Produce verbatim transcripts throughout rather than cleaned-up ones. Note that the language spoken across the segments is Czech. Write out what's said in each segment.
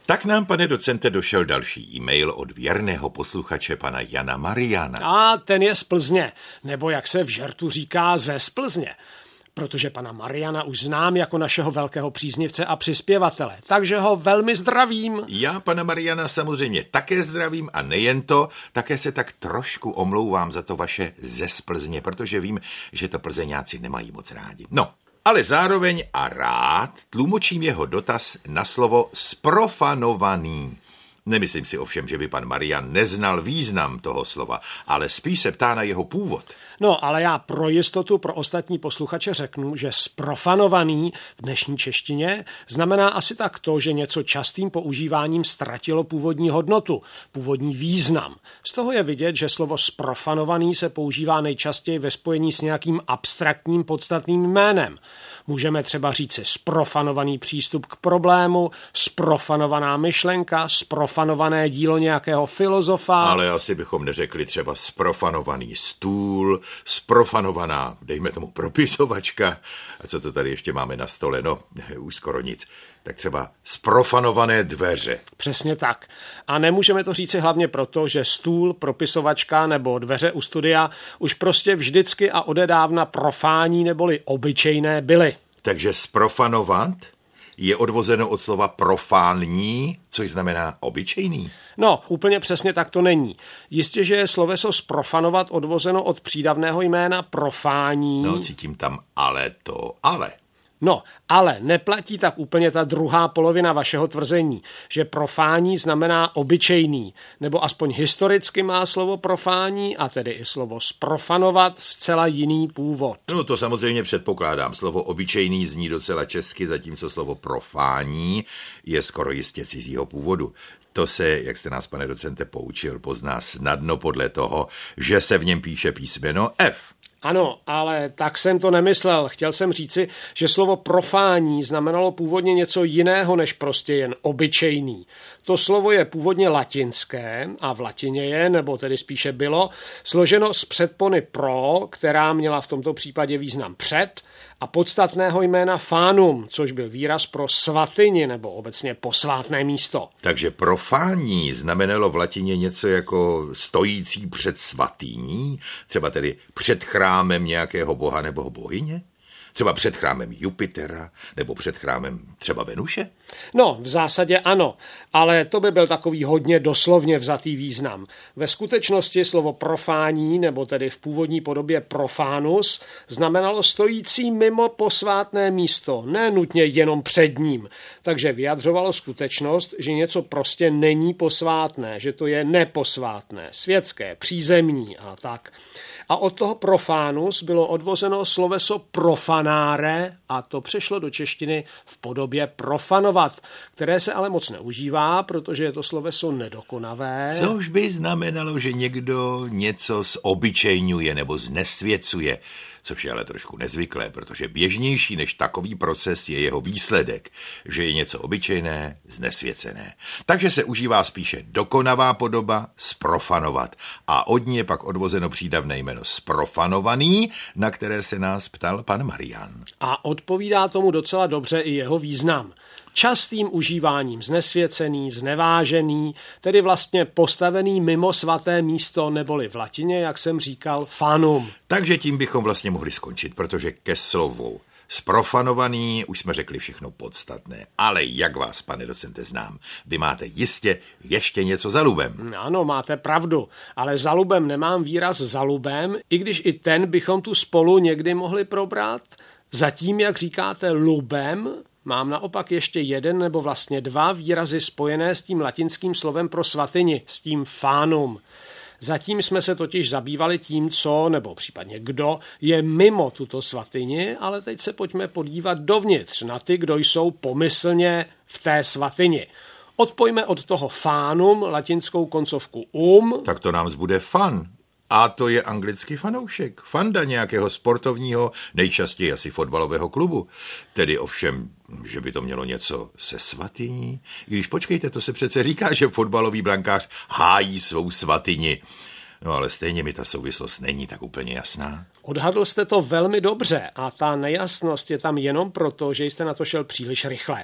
Tak nám, pane docente, došel další e-mail od věrného posluchače pana Jana Mariana. A ten je z Plzně, nebo jak se v žertu říká, ze z Plzně. Protože pana Mariana už znám jako našeho velkého příznivce a přispěvatele, takže ho velmi zdravím. Já pana Mariana samozřejmě také zdravím a nejen to, také se tak trošku omlouvám za to vaše ze z Plzně, protože vím, že to Plzeňáci nemají moc rádi. No, ale zároveň a rád tlumočím jeho dotaz na slovo sprofanovaný. Nemyslím si ovšem, že by pan Marian neznal význam toho slova, ale spíš se ptá na jeho původ. No, ale já pro jistotu pro ostatní posluchače řeknu, že sprofanovaný v dnešní češtině znamená asi tak to, že něco častým používáním ztratilo původní hodnotu, původní význam. Z toho je vidět, že slovo sprofanovaný se používá nejčastěji ve spojení s nějakým abstraktním podstatným jménem. Můžeme třeba říci sprofanovaný přístup k problému, sprofanovaná myšlenka, sprofanované dílo nějakého filozofa. Ale asi bychom neřekli třeba sprofanovaný stůl, sprofanovaná, dejme tomu, propisovačka. A co to tady ještě máme na stole? No, už skoro nic. Tak třeba sprofanované dveře. Přesně tak. A nemůžeme to říci hlavně proto, že stůl, propisovačka nebo dveře u studia už prostě vždycky a odedávna profání neboli obyčejné byly. Takže sprofanovat je odvozeno od slova profánní, což znamená obyčejný. No, úplně přesně tak to není. Jistě, že je sloveso sprofanovat odvozeno od přídavného jména profání. No, cítím tam ale to ale. No, ale neplatí tak úplně ta druhá polovina vašeho tvrzení, že profání znamená obyčejný, nebo aspoň historicky má slovo profání, a tedy i slovo sprofanovat, zcela jiný původ. No to samozřejmě předpokládám. Slovo obyčejný zní docela česky, zatímco slovo profání je skoro jistě cizího původu. To se, jak jste nás, pane docente, poučil, pozná snadno podle toho, že se v něm píše písmeno F. Ano, ale tak jsem to nemyslel. Chtěl jsem říci, že slovo profání znamenalo původně něco jiného než prostě jen obyčejný. To slovo je původně latinské a v latině je, nebo tedy spíše bylo, složeno z předpony pro, která měla v tomto případě význam před, a podstatného jména fanum, což byl výraz pro svatyni nebo obecně posvátné místo. Takže profání znamenalo v latině něco jako stojící před svatyní, třeba tedy před chrámem nějakého boha nebo bohyně? Třeba před chrámem Jupitera nebo před chrámem třeba Venuše? No, v zásadě ano, ale to by byl takový hodně doslovně vzatý význam. Ve skutečnosti slovo profání, nebo tedy v původní podobě profanus, znamenalo stojící mimo posvátné místo, ne nutně jenom před ním. Takže vyjadřovalo skutečnost, že něco prostě není posvátné, že to je neposvátné, světské, přízemní a tak. A od toho profanus bylo odvozeno sloveso profanáre a to přešlo do češtiny v podobě profanovat, které se ale moc neužívá, protože je to sloveso nedokonavé. Což by znamenalo, že někdo něco zobyčejňuje nebo znesvěcuje, což je ale trošku nezvyklé, protože běžnější než takový proces je jeho výsledek, že je něco obyčejné, znesvěcené. Takže se užívá spíše dokonavá podoba sprofanovat a od ní je pak odvozeno přídavné jméno sprofanovaný, na které se nás ptal pan Marian. A odpovídá tomu docela dobře i jeho význam. Častým užíváním znesvěcený, znevážený, tedy vlastně postavený mimo svaté místo, neboli v latině, jak jsem říkal, fanum. Takže tím bychom vlastně mohli skončit, protože ke slovu sprofanovaný už jsme řekli všechno podstatné. Ale jak vás, pane docente, znám, vy máte jistě ještě něco za lubem. Ano, máte pravdu, ale za lubem nemám výraz za lubem, i když i ten bychom tu spolu někdy mohli probrat. Zatím, jak říkáte, lubem, mám naopak ještě jeden nebo vlastně dva výrazy spojené s tím latinským slovem pro svatyni, s tím fanum. Zatím jsme se totiž zabývali tím, co, nebo případně kdo, je mimo tuto svatyni, ale teď se pojďme podívat dovnitř na ty, kdo jsou pomyslně v té svatyni. Odpojme od toho fanum latinskou koncovku um. Tak to nám zbude fan. A to je anglický fanoušek. Fanda nějakého sportovního, nejčastěji asi fotbalového klubu. Tedy ovšem, že by to mělo něco se svatyní. Když počkejte, to se přece říká, že fotbalový brankář hájí svou svatyni. No ale stejně mi ta souvislost není tak úplně jasná. Odhadl jste to velmi dobře a ta nejasnost je tam jenom proto, že jste na to šel příliš rychle.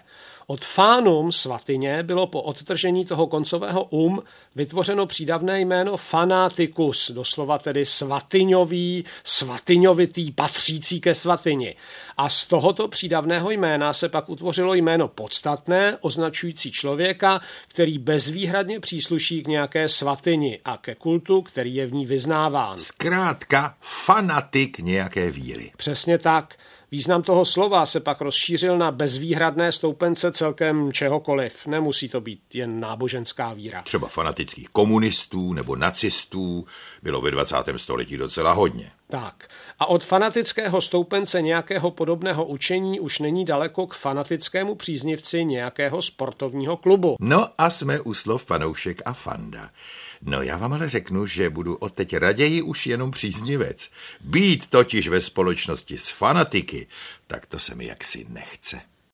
Od fanum, svatyně, bylo po odtržení toho koncového um vytvořeno přídavné jméno fanaticus, doslova tedy svatyňový, svatyňovitý, patřící ke svatyni. A z tohoto přídavného jména se pak utvořilo jméno podstatné, označující člověka, který bezvýhradně přísluší k nějaké svatyni a ke kultu, který je v ní vyznáván. Zkrátka fanatik nějaké víry. Přesně tak. Význam toho slova se pak rozšířil na bezvýhradné stoupence celkem čehokoliv. Nemusí to být jen náboženská víra. Třeba fanatických komunistů nebo nacistů bylo ve dvacátém století docela hodně. Tak. A od fanatického stoupence nějakého podobného učení už není daleko k fanatickému příznivci nějakého sportovního klubu. No a jsme u slov fanoušek a fanda. No já vám ale řeknu, že budu odteď raději už jenom příznivec. Být totiž ve společnosti s fanatiky, tak to se mi jaksi nechce.